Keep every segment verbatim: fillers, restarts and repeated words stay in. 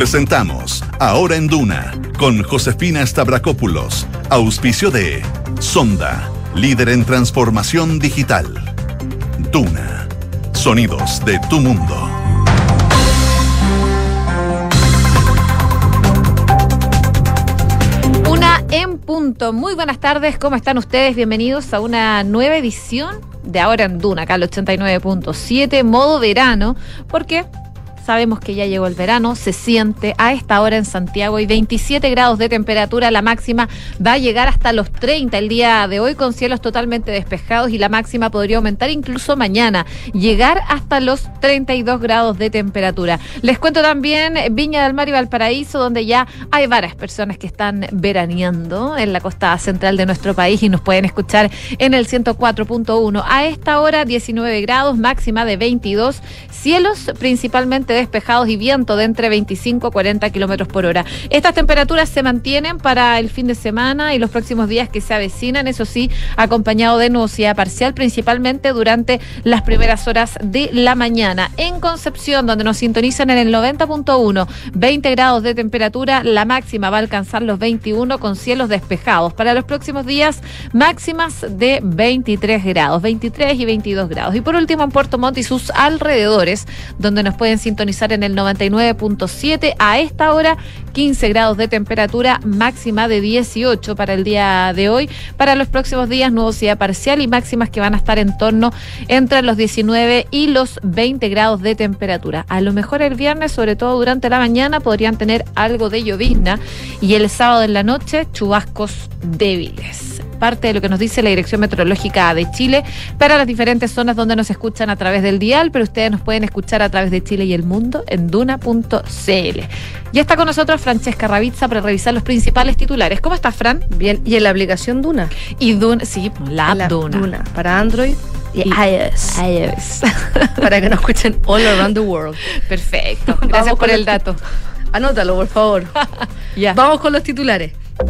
Presentamos Ahora en Duna con Josefina Stavrakopoulos, auspicio de Sonda, líder en transformación digital. Duna, sonidos de tu mundo. Una en punto. Muy buenas tardes, ¿cómo están ustedes? Bienvenidos a una nueva edición de Ahora en Duna, acá al ochenta y nueve punto siete, modo verano, porque sabemos que ya llegó el verano, se siente a esta hora en Santiago y veintisiete grados de temperatura, la máxima va a llegar hasta los treinta el día de hoy con cielos totalmente despejados y la máxima podría aumentar incluso mañana, llegar hasta los treinta y dos grados de temperatura. Les cuento también Viña del Mar y Valparaíso, donde ya hay varias personas que están veraneando en la costa central de nuestro país y nos pueden escuchar en el ciento cuatro punto uno. A esta hora diecinueve grados, máxima de veintidós, cielos principalmente despejados y viento de entre veinticinco a cuarenta kilómetros por hora. Estas temperaturas se mantienen para el fin de semana y los próximos días que se avecinan, eso sí, acompañado de nubosidad parcial, principalmente durante las primeras horas de la mañana. En Concepción, donde nos sintonizan en el noventa punto uno, veinte grados de temperatura, la máxima va a alcanzar los veintiuno con cielos despejados. Para los próximos días, máximas de veintitrés grados, veintitrés y veintidós grados. Y por último, en Puerto Montt y sus alrededores, donde nos pueden sintonizar en el noventa y nueve punto siete, a esta hora quince grados de temperatura, máxima de dieciocho para el día de hoy. Para los próximos días, nubosidad parcial y máximas que van a estar en torno entre los diecinueve y los veinte grados de temperatura. A lo mejor el viernes, sobre todo durante la mañana, podrían tener algo de llovizna y el sábado en la noche chubascos débiles. Parte de lo que nos dice la Dirección Meteorológica de Chile para las diferentes zonas donde nos escuchan a través del dial, pero ustedes nos pueden escuchar a través de Chile y el mundo en duna punto c l. Ya está con nosotros Francesca Ravizza para revisar los principales titulares. ¿Cómo estás, Fran? Bien, y en la aplicación Duna. Y Duna, sí, la app la Duna. Duna. Para Android y, y iOS. iOS. Para que nos escuchen all around the world. Perfecto. Gracias por el dato. Anótalo, por favor. Ya. Vamos con los titulares.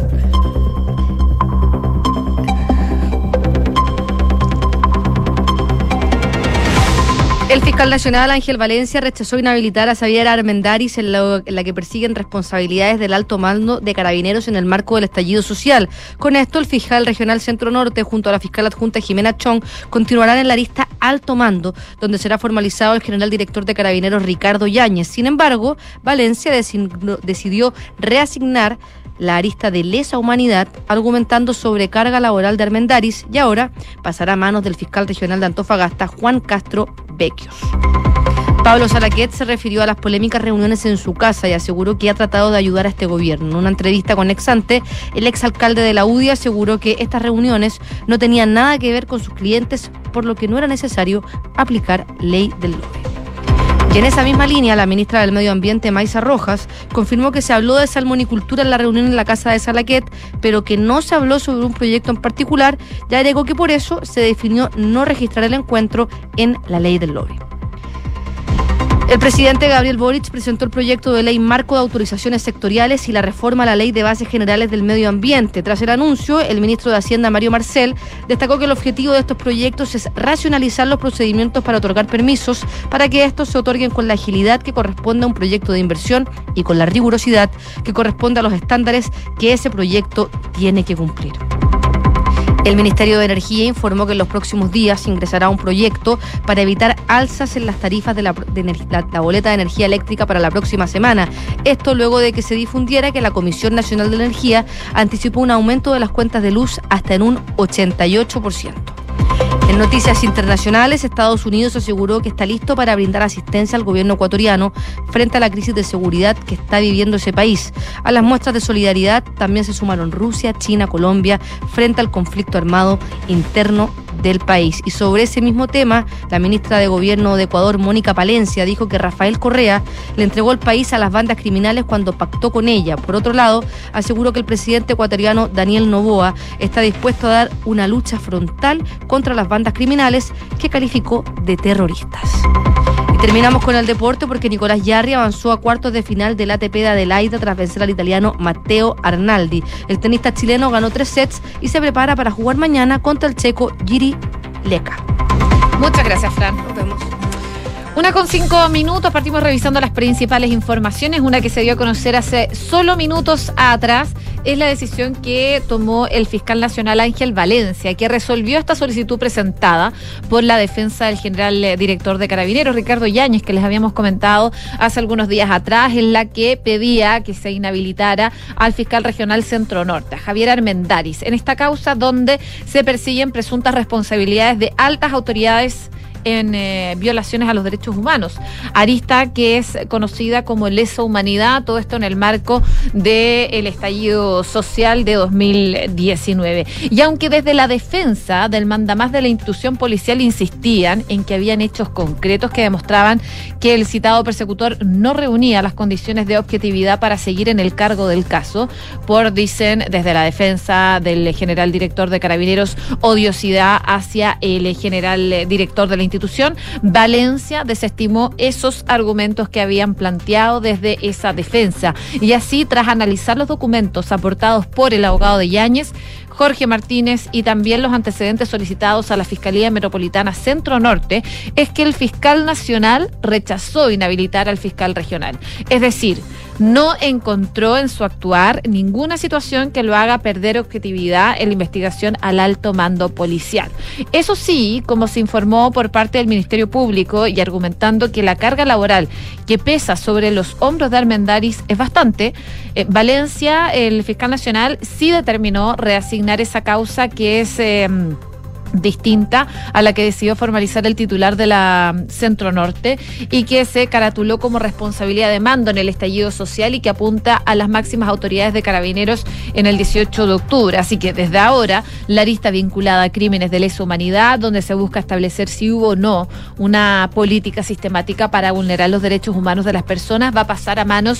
El fiscal nacional Ángel Valencia rechazó inhabilitar a Xavier Armendáriz en la, en la que persiguen responsabilidades del alto mando de Carabineros en el marco del estallido social. Con esto, el fiscal regional Centro Norte, junto a la fiscal adjunta Jimena Chong, continuarán en la lista alto mando, donde será formalizado el general director de Carabineros Ricardo Yáñez. Sin embargo, Valencia designó, decidió reasignar la arista de lesa humanidad, argumentando sobrecarga laboral de Armendáriz, y ahora pasará a manos del fiscal regional de Antofagasta, Juan Castro Vecchios. Pablo Salaquet se refirió a las polémicas reuniones en su casa y aseguró que ha tratado de ayudar a este gobierno. En una entrevista con Exante, el exalcalde de la U D I aseguró que estas reuniones no tenían nada que ver con sus clientes, por lo que no era necesario aplicar ley del lobe. Y en esa misma línea, la ministra del Medio Ambiente, Maysa Rojas, confirmó que se habló de salmonicultura en la reunión en la casa de Salaquet, pero que no se habló sobre un proyecto en particular, y agregó que por eso se definió no registrar el encuentro en la ley del lobe. El presidente Gabriel Boric presentó el proyecto de ley marco de autorizaciones sectoriales y la reforma a la ley de bases generales del medio ambiente. Tras el anuncio, el ministro de Hacienda, Mario Marcel, destacó que el objetivo de estos proyectos es racionalizar los procedimientos para otorgar permisos, para que estos se otorguen con la agilidad que corresponde a un proyecto de inversión y con la rigurosidad que corresponde a los estándares que ese proyecto tiene que cumplir. El Ministerio de Energía informó que en los próximos días ingresará un proyecto para evitar alzas en las tarifas de, la, de la, la boleta de energía eléctrica para la próxima semana. Esto luego de que se difundiera que la Comisión Nacional de Energía anticipó un aumento de las cuentas de luz hasta en un ochenta y ocho por ciento. En noticias internacionales, Estados Unidos aseguró que está listo para brindar asistencia al gobierno ecuatoriano frente a la crisis de seguridad que está viviendo ese país. A las muestras de solidaridad también se sumaron Rusia, China, Colombia, frente al conflicto armado interno del país. Y sobre ese mismo tema, la ministra de Gobierno de Ecuador, Mónica Palencia, dijo que Rafael Correa le entregó el país a las bandas criminales cuando pactó con ella. Por otro lado, aseguró que el presidente ecuatoriano Daniel Noboa está dispuesto a dar una lucha frontal contra las bandas criminales que calificó de terroristas. Y terminamos con el deporte porque Nicolás Jarry avanzó a cuartos de final del A T P de Adelaida tras vencer al italiano Matteo Arnaldi. El tenista chileno ganó tres sets y se prepara para jugar mañana contra el checo Jiri Leka. Muchas gracias, Fran. Nos vemos. Una con cinco minutos, partimos revisando las principales informaciones. Una que se dio a conocer hace solo minutos atrás es la decisión que tomó el fiscal nacional Ángel Valencia, que resolvió esta solicitud presentada por la defensa del general director de Carabineros, Ricardo Yáñez, que les habíamos comentado hace algunos días atrás, en la que pedía que se inhabilitara al fiscal regional Centro Norte, a Javier Armendáriz, en esta causa donde se persiguen presuntas responsabilidades de altas autoridades en eh, violaciones a los derechos humanos. Arista que es conocida como lesa humanidad, todo esto en el marco del estallido social de dos mil diecinueve. Y aunque desde la defensa del mandamás de la institución policial insistían en que habían hechos concretos que demostraban que el citado persecutor no reunía las condiciones de objetividad para seguir en el cargo del caso, por, dicen desde la defensa del general director de Carabineros, odiosidad hacia el general director de la institución, Valencia desestimó esos argumentos que habían planteado desde esa defensa. Y así, tras analizar los documentos aportados por el abogado de Yáñez, Jorge Martínez, y también los antecedentes solicitados a la Fiscalía Metropolitana Centro Norte, es que el fiscal nacional rechazó inhabilitar al fiscal regional. Es decir, no encontró en su actuar ninguna situación que lo haga perder objetividad en la investigación al alto mando policial. Eso sí, como se informó por parte del Ministerio Público y argumentando que la carga laboral que pesa sobre los hombros de Armendáriz es bastante, eh, Valencia, el fiscal nacional, sí determinó reasignar esa causa que es Eh, distinta a la que decidió formalizar el titular de la Centro Norte y que se caratuló como responsabilidad de mando en el estallido social y que apunta a las máximas autoridades de Carabineros en el dieciocho de octubre. Así que desde ahora la arista vinculada a crímenes de lesa humanidad, donde se busca establecer si hubo o no una política sistemática para vulnerar los derechos humanos de las personas, va a pasar a manos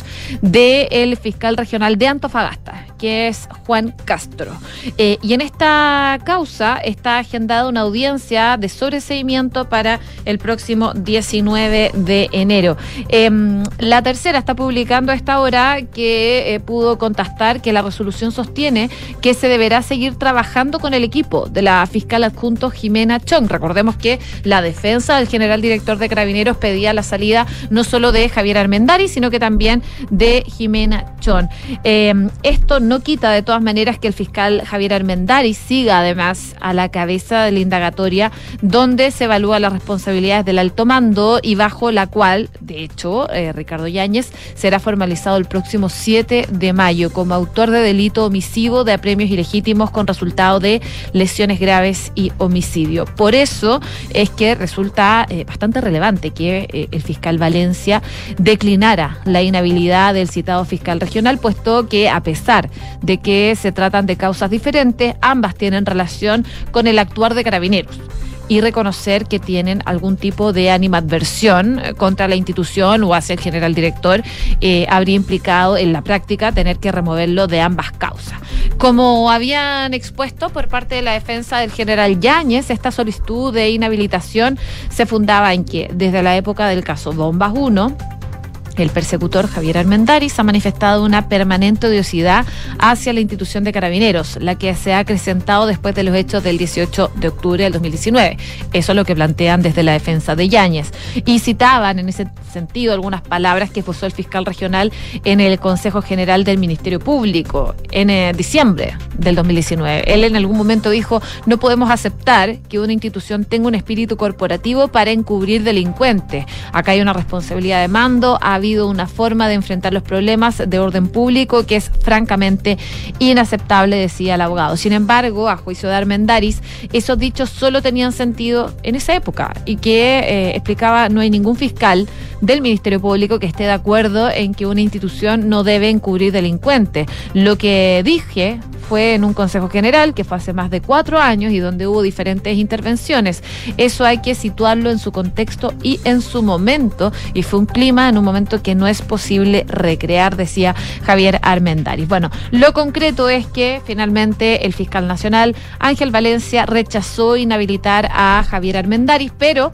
del fiscal regional de Antofagasta, que es Juan Castro. Eh, y en esta causa está agendada una audiencia de sobreseimiento para el próximo diecinueve de enero. Eh, la tercera está publicando a esta hora que eh, pudo contestar que la resolución sostiene que se deberá seguir trabajando con el equipo de la fiscal adjunto Jimena Chong. Recordemos que la defensa del general director de Carabineros pedía la salida no solo de Javier Armendáriz, sino que también de Jimena Chong. Eh, esto no quita de todas maneras que el fiscal Javier Armendáriz siga además a la cabeza de la indagatoria, donde se evalúa las responsabilidades del alto mando y bajo la cual, de hecho, eh, Ricardo Yáñez será formalizado el próximo siete de mayo como autor de delito omisivo de apremios ilegítimos con resultado de lesiones graves y homicidio. Por eso es que resulta eh, bastante relevante que eh, el fiscal Valencia declinara la inhabilidad del citado fiscal regional, puesto que a pesar de que se tratan de causas diferentes, ambas tienen relación con el actuar de Carabineros y reconocer que tienen algún tipo de animadversión contra la institución o hacia el general director eh, habría implicado en la práctica tener que removerlo de ambas causas. Como habían expuesto por parte de la defensa del general Yáñez, esta solicitud de inhabilitación se fundaba en que desde la época del caso Bombas uno, el persecutor Javier Armendáriz ha manifestado una permanente odiosidad hacia la institución de Carabineros, la que se ha acrecentado después de los hechos del dieciocho de octubre del dos mil diecinueve. Eso es lo que plantean desde la defensa de Yáñez. Y citaban en ese sentido algunas palabras que posó el fiscal regional en el Consejo General del Ministerio Público en eh, diciembre del dos mil diecinueve. Él en algún momento dijo: no podemos aceptar que una institución tenga un espíritu corporativo para encubrir delincuentes. Acá hay una responsabilidad de mando, ha habido una forma de enfrentar los problemas de orden público que es francamente inaceptable, decía el abogado. Sin embargo, a juicio de Armendáriz, esos dichos solo tenían sentido en esa época y que eh, explicaba: no hay ningún fiscal del Ministerio Público que esté de acuerdo en que una institución no debe encubrir delincuentes. Lo que dije fue en un Consejo General que fue hace más de cuatro años y donde hubo diferentes intervenciones. Eso hay que situarlo en su contexto y en su momento, y fue un clima en un momento que no es posible recrear, decía Javier Armendáriz. Bueno, lo concreto es que finalmente el fiscal nacional Ángel Valencia rechazó inhabilitar a Javier Armendáriz, pero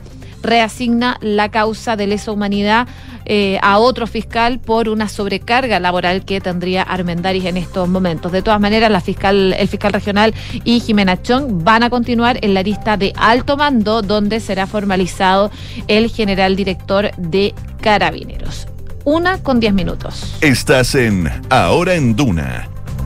reasigna la causa de lesa humanidad eh, a otro fiscal por una sobrecarga laboral que tendría Armendáriz en estos momentos. De todas maneras, la fiscal, el fiscal regional y Jimena Chong van a continuar en la lista de alto mando, donde será formalizado el general director de Carabineros. Una con diez minutos. Estás en Ahora en Duna.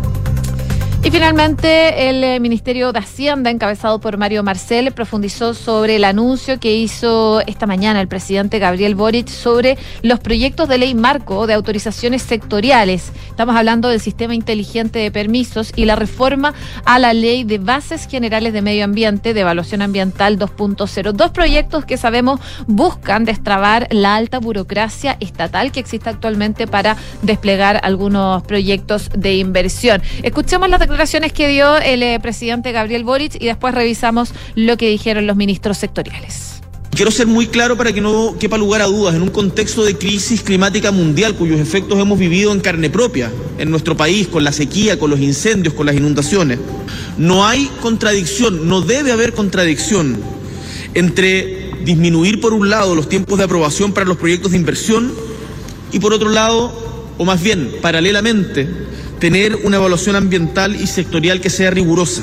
Y finalmente, el Ministerio de Hacienda, encabezado por Mario Marcel, profundizó sobre el anuncio que hizo esta mañana el presidente Gabriel Boric sobre los proyectos de ley marco de autorizaciones sectoriales. Estamos hablando del sistema inteligente de permisos y la reforma a la ley de bases generales de medio ambiente, de evaluación ambiental dos punto cero. Dos proyectos que sabemos buscan destrabar la alta burocracia estatal que existe actualmente para desplegar algunos proyectos de inversión. Escuchemos las declaraciones que dio el eh, presidente Gabriel Boric y después revisamos lo que dijeron los ministros sectoriales. Quiero ser muy claro para que no quepa lugar a dudas. En un contexto de crisis climática mundial cuyos efectos hemos vivido en carne propia en nuestro país, con la sequía, con los incendios, con las inundaciones, no hay contradicción, no debe haber contradicción entre disminuir por un lado los tiempos de aprobación para los proyectos de inversión y por otro lado, o más bien paralelamente, tener una evaluación ambiental y sectorial que sea rigurosa.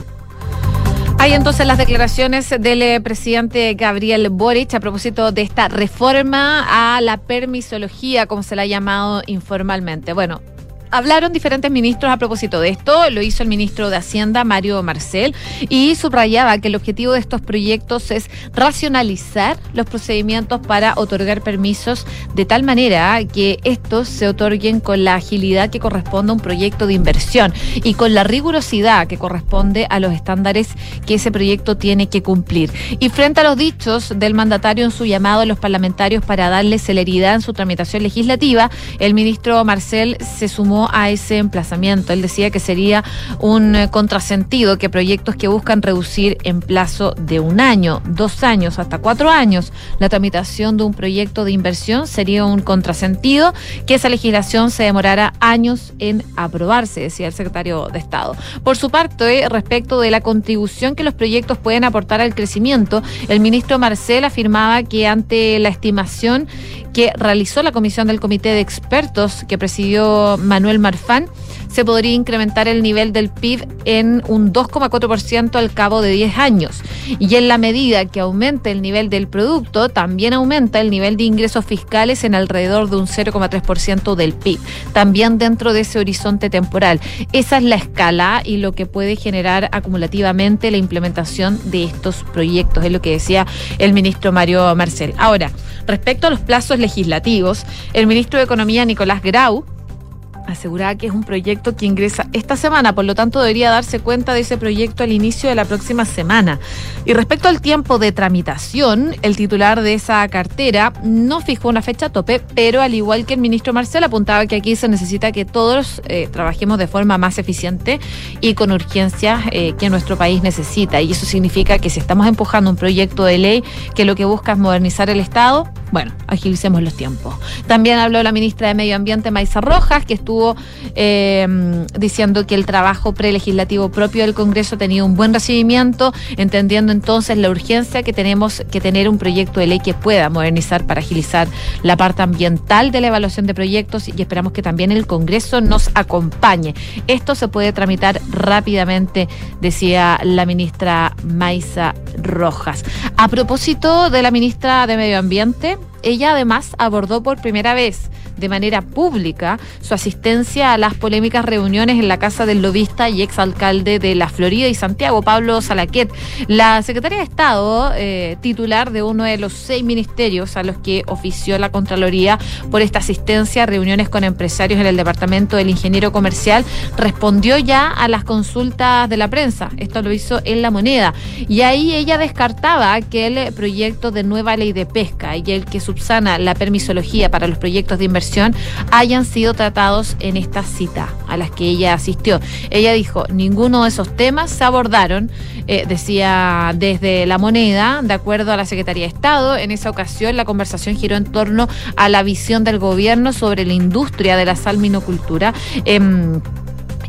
Hay entonces las declaraciones del eh, presidente Gabriel Boric a propósito de esta reforma a la permisología, como se la ha llamado informalmente. Bueno, hablaron diferentes ministros a propósito de esto. Lo hizo el ministro de Hacienda, Mario Marcel, y subrayaba que el objetivo de estos proyectos es racionalizar los procedimientos para otorgar permisos de tal manera que estos se otorguen con la agilidad que corresponde a un proyecto de inversión y con la rigurosidad que corresponde a los estándares que ese proyecto tiene que cumplir. Y frente a los dichos del mandatario en su llamado a los parlamentarios para darle celeridad en su tramitación legislativa, el ministro Marcel se sumó a ese emplazamiento. Él decía que sería un eh, contrasentido que proyectos que buscan reducir en plazo de un año, dos años, hasta cuatro años la tramitación de un proyecto de inversión sería un contrasentido, que esa legislación se demorara años en aprobarse, decía el secretario de Estado. Por su parte, respecto de la contribución que los proyectos pueden aportar al crecimiento, el ministro Marcel afirmaba que ante la estimación que realizó la comisión del comité de expertos que presidió Manuel Marfán, se podría incrementar el nivel del P I B en un dos coma cuatro por ciento al cabo de diez años. Y en la medida que aumente el nivel del producto, también aumenta el nivel de ingresos fiscales en alrededor de un cero coma tres por ciento del P I B, también dentro de ese horizonte temporal. Esa es la escala y lo que puede generar acumulativamente la implementación de estos proyectos, es lo que decía el ministro Mario Marcel. Ahora, respecto a los plazos legislativos, el ministro de Economía, Nicolás Grau, aseguraba que es un proyecto que ingresa esta semana, por lo tanto debería darse cuenta de ese proyecto al inicio de la próxima semana. Y respecto al tiempo de tramitación, el titular de esa cartera no fijó una fecha tope, pero al igual que el ministro Marcel apuntaba que aquí se necesita que todos eh, trabajemos de forma más eficiente y con urgencia eh, que nuestro país necesita. Y eso significa que si estamos empujando un proyecto de ley que lo que busca es modernizar el Estado, bueno, agilicemos los tiempos. También habló la ministra de Medio Ambiente, Maysa Rojas, que estuvo Estuvo eh, diciendo que el trabajo prelegislativo propio del Congreso ha tenido un buen recibimiento, entendiendo entonces la urgencia que tenemos que tener un proyecto de ley que pueda modernizar para agilizar la parte ambiental de la evaluación de proyectos, y esperamos que también el Congreso nos acompañe. Esto se puede tramitar rápidamente, decía la ministra Maysa Rojas. A propósito de la ministra de Medio Ambiente, ella además abordó por primera vez de manera pública su asistencia a las polémicas reuniones en la casa del lobista y exalcalde de La Florida y Santiago, Pablo Salaquet. La secretaria de Estado, eh, titular de uno de los seis ministerios a los que ofició la Contraloría por esta asistencia a reuniones con empresarios en el departamento del ingeniero comercial, respondió ya a las consultas de la prensa. Esto lo hizo en La Moneda. Y ahí ella descartaba que el proyecto de nueva ley de pesca y el que subsana la permisología para los proyectos de inversión hayan sido tratados en esta cita a las que ella asistió. Ella dijo, ninguno de esos temas se abordaron, eh, decía desde La Moneda. De acuerdo a la Secretaría de Estado, en esa ocasión la conversación giró en torno a la visión del gobierno sobre la industria de la salminocultura. Eh,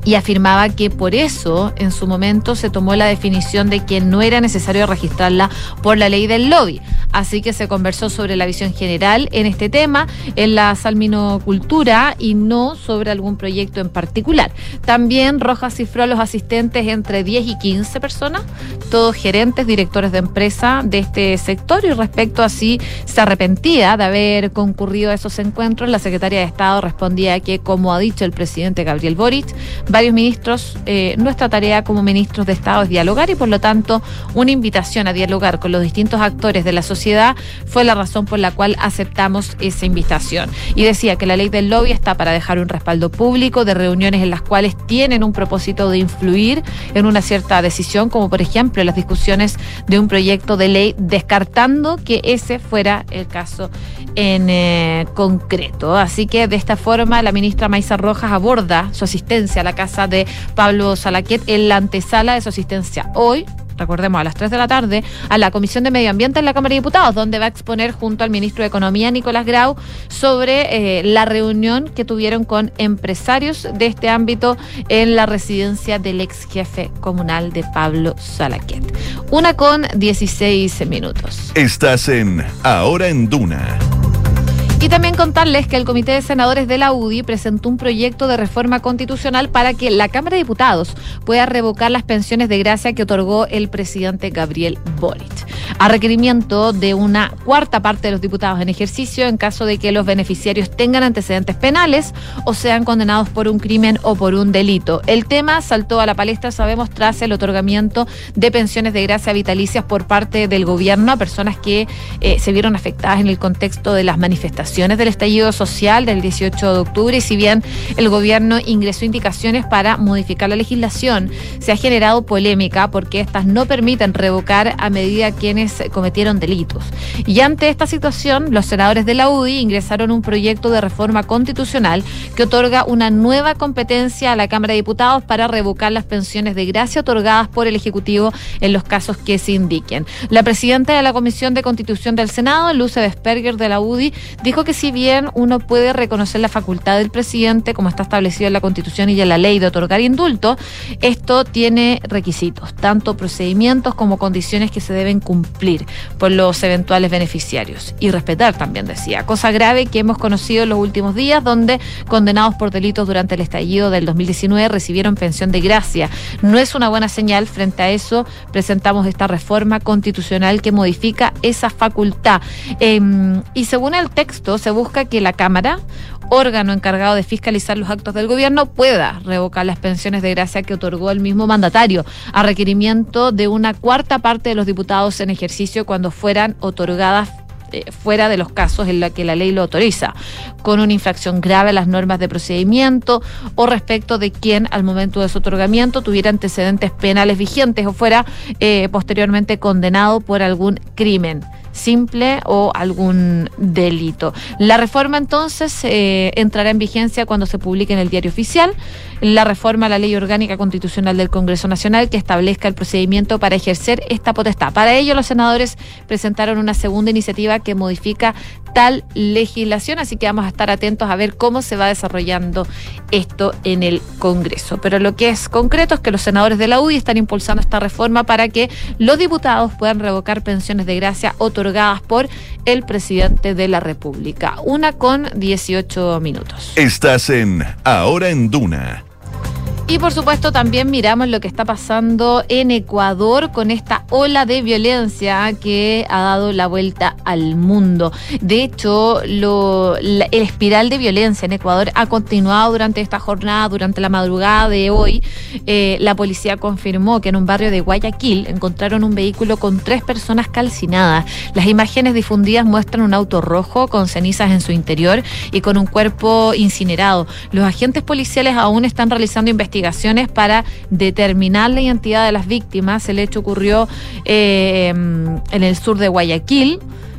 y afirmaba que por eso en su momento se tomó la definición de que no era necesario registrarla por la ley del lobby. Así que se conversó sobre la visión general en este tema, en la salminocultura y no sobre algún proyecto en particular. También Rojas cifró a los asistentes entre diez y quince personas, todos gerentes, directores de empresa de este sector, y respecto a si se arrepentía de haber concurrido a esos encuentros, la secretaria de Estado respondía que, como ha dicho el presidente Gabriel Boric, varios ministros, eh, nuestra tarea como ministros de Estado es dialogar y por lo tanto una invitación a dialogar con los distintos actores de la sociedad fue la razón por la cual aceptamos esa invitación. Y decía que la ley del lobby está para dejar un respaldo público de reuniones en las cuales tienen un propósito de influir en una cierta decisión, como por ejemplo las discusiones de un proyecto de ley, descartando que ese fuera el caso en eh, concreto. Así que de esta forma la ministra Maysa Rojas aborda su asistencia a la casa de Pablo Salaquet en la antesala de su asistencia hoy, recordemos, a las tres de la tarde, a la Comisión de Medio Ambiente en la Cámara de Diputados, donde va a exponer junto al ministro de Economía, Nicolás Grau, sobre eh, la reunión que tuvieron con empresarios de este ámbito en la residencia del ex jefe comunal de Pablo Salaquet. Una con dieciséis minutos. Estás en Ahora en Duna. Y también contarles que el Comité de Senadores de la U D I presentó un proyecto de reforma constitucional para que la Cámara de Diputados pueda revocar las pensiones de gracia que otorgó el presidente Gabriel Boric, a requerimiento de una cuarta parte de los diputados en ejercicio en caso de que los beneficiarios tengan antecedentes penales o sean condenados por un crimen o por un delito. El tema saltó a la palestra, sabemos, tras el otorgamiento de pensiones de gracia vitalicias por parte del gobierno a personas que eh, se vieron afectadas en el contexto de las manifestaciones del estallido social del dieciocho de octubre, y si bien el gobierno ingresó indicaciones para modificar la legislación, se ha generado polémica porque estas no permiten revocar a medida quienes cometieron delitos. Y ante esta situación, los senadores de la U D I ingresaron un proyecto de reforma constitucional que otorga una nueva competencia a la Cámara de Diputados para revocar las pensiones de gracia otorgadas por el Ejecutivo en los casos que se indiquen. La presidenta de la Comisión de Constitución del Senado, Luce Vesperger de la U D I, dijo que si bien uno puede reconocer la facultad del presidente, como está establecido en la Constitución y en la ley, de otorgar indulto, esto tiene requisitos, tanto procedimientos como condiciones que se deben cumplir por los eventuales beneficiarios. Y respetar también, decía, cosa grave que hemos conocido en los últimos días, donde condenados por delitos durante el estallido del dos mil diecinueve recibieron pensión de gracia. No es una buena señal. Frente a eso, presentamos esta reforma constitucional que modifica esa facultad. Eh, y según el texto, se busca que la Cámara, órgano encargado de fiscalizar los actos del gobierno, pueda revocar las pensiones de gracia que otorgó el mismo mandatario, a requerimiento de una cuarta parte de los diputados en ejercicio cuando fueran otorgadas eh, fuera de los casos en los que la ley lo autoriza, con una infracción grave a las normas de procedimiento o respecto de quien al momento de su otorgamiento tuviera antecedentes penales vigentes o fuera eh, posteriormente condenado por algún crimen simple o algún delito. La reforma entonces eh, entrará en vigencia cuando se publique en el Diario Oficial la reforma a la Ley Orgánica Constitucional del Congreso Nacional que establezca el procedimiento para ejercer esta potestad. Para ello, los senadores presentaron una segunda iniciativa que modifica tal legislación, así que vamos a estar atentos a ver cómo se va desarrollando esto en el Congreso. Pero lo que es concreto es que los senadores de la U D I están impulsando esta reforma para que los diputados puedan revocar pensiones de gracia otorgadas por el presidente de la República. Una con dieciocho minutos. Estás en Ahora en Duna. Y por supuesto también miramos lo que está pasando en Ecuador con esta ola de violencia que ha dado la vuelta al mundo. De hecho, lo, la, el espiral de violencia en Ecuador ha continuado durante esta jornada, durante la madrugada de hoy. Eh, la policía confirmó que en un barrio de Guayaquil encontraron un vehículo con tres personas calcinadas. Las imágenes difundidas muestran un auto rojo con cenizas en su interior y con un cuerpo incinerado. Los agentes policiales aún están realizando investigaciones investigaciones para determinar la identidad de las víctimas. El hecho ocurrió eh, en el sur de Guayaquil.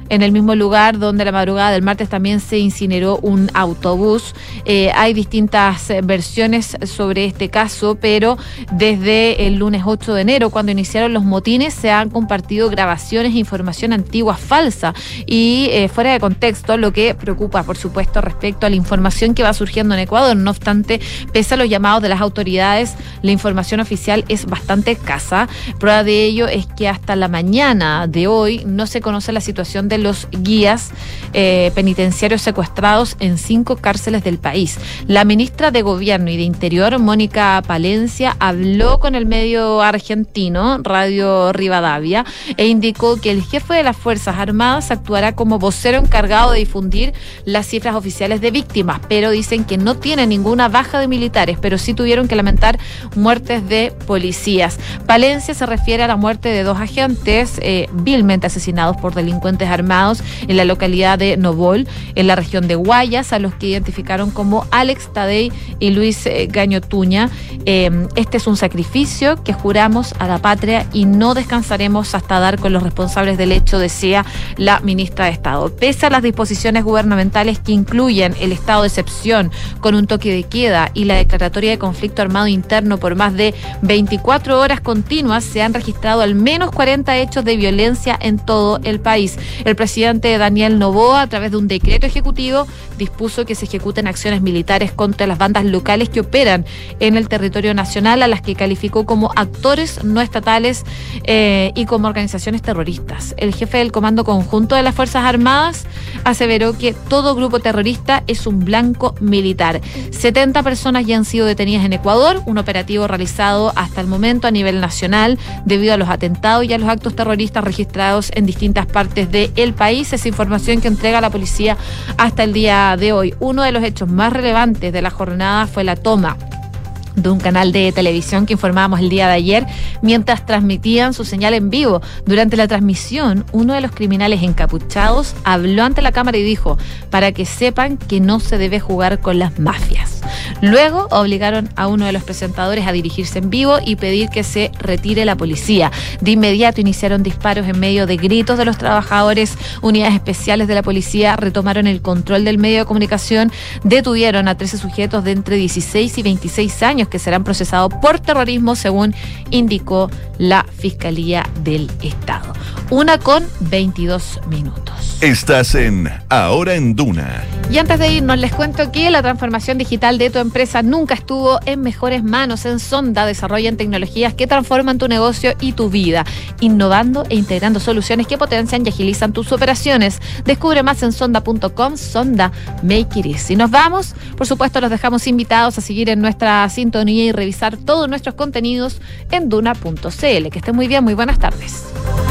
en el mismo lugar donde la madrugada del martes también se incineró un autobús. Eh, hay distintas versiones sobre este caso, pero desde el lunes ocho de enero, cuando iniciaron los motines, se han compartido grabaciones e información antigua falsa y eh, fuera de contexto, lo que preocupa, por supuesto, respecto a la información que va surgiendo en Ecuador. No obstante, pese a los llamados de las autoridades, la información oficial es bastante escasa. Prueba de ello es que hasta la mañana de hoy no se conoce la situación de los guías eh, penitenciarios secuestrados en cinco cárceles del país. La ministra de Gobierno y de Interior, Mónica Palencia, habló con el medio argentino, Radio Rivadavia, e indicó que el jefe de las Fuerzas Armadas actuará como vocero encargado de difundir las cifras oficiales de víctimas, pero dicen que no tiene ninguna baja de militares, pero sí tuvieron que lamentar muertes de policías. Palencia se refiere a la muerte de dos agentes eh, vilmente asesinados por delincuentes armados en la localidad de Novol, en la región de Guayas, a los que identificaron como Alex Tadei y Luis eh, Gañotuña. Eh, este es un sacrificio que juramos a la patria y no descansaremos hasta dar con los responsables del hecho, decía la ministra de Estado. Pese a las disposiciones gubernamentales que incluyen el estado de excepción con un toque de queda y la declaratoria de conflicto armado interno por más de veinticuatro horas continuas, se han registrado al menos cuarenta hechos de violencia en todo el país. El presidente Daniel Noboa, a través de un decreto ejecutivo, dispuso que se ejecuten acciones militares contra las bandas locales que operan en el territorio nacional, a las que calificó como actores no estatales eh, y como organizaciones terroristas. El jefe del Comando Conjunto de las Fuerzas Armadas aseveró que todo grupo terrorista es un blanco militar. setenta personas ya han sido detenidas en Ecuador, un operativo realizado hasta el momento a nivel nacional debido a los atentados y a los actos terroristas registrados en distintas partes del país. Esa información que entrega la policía hasta el día de hoy. Uno de los hechos más relevantes de la jornada fue la toma de un canal de televisión que informábamos el día de ayer mientras transmitían su señal en vivo. Durante la transmisión, uno de los criminales encapuchados habló ante la cámara y dijo: para que sepan que no se debe jugar con las mafias. Luego obligaron a uno de los presentadores a dirigirse en vivo y pedir que se retire la policía. De inmediato iniciaron disparos en medio de gritos de los trabajadores. Unidades especiales de la policía retomaron el control del medio de comunicación, detuvieron a trece sujetos de entre dieciséis y veintiséis años que serán procesados por terrorismo, según indicó la Fiscalía del Estado. Una con veintidós minutos. Estás en Ahora en Duna. Y antes de irnos, les cuento que la transformación digital de tu empresa nunca estuvo en mejores manos. En Sonda desarrollan tecnologías que transforman tu negocio y tu vida, innovando e integrando soluciones que potencian y agilizan tus operaciones. Descubre más en sonda punto com. Sonda, make it easy. Nos vamos. Por supuesto, los dejamos invitados a seguir en nuestra sintonía y revisar todos nuestros contenidos en duna punto c l. Que estén muy bien, muy buenas tardes.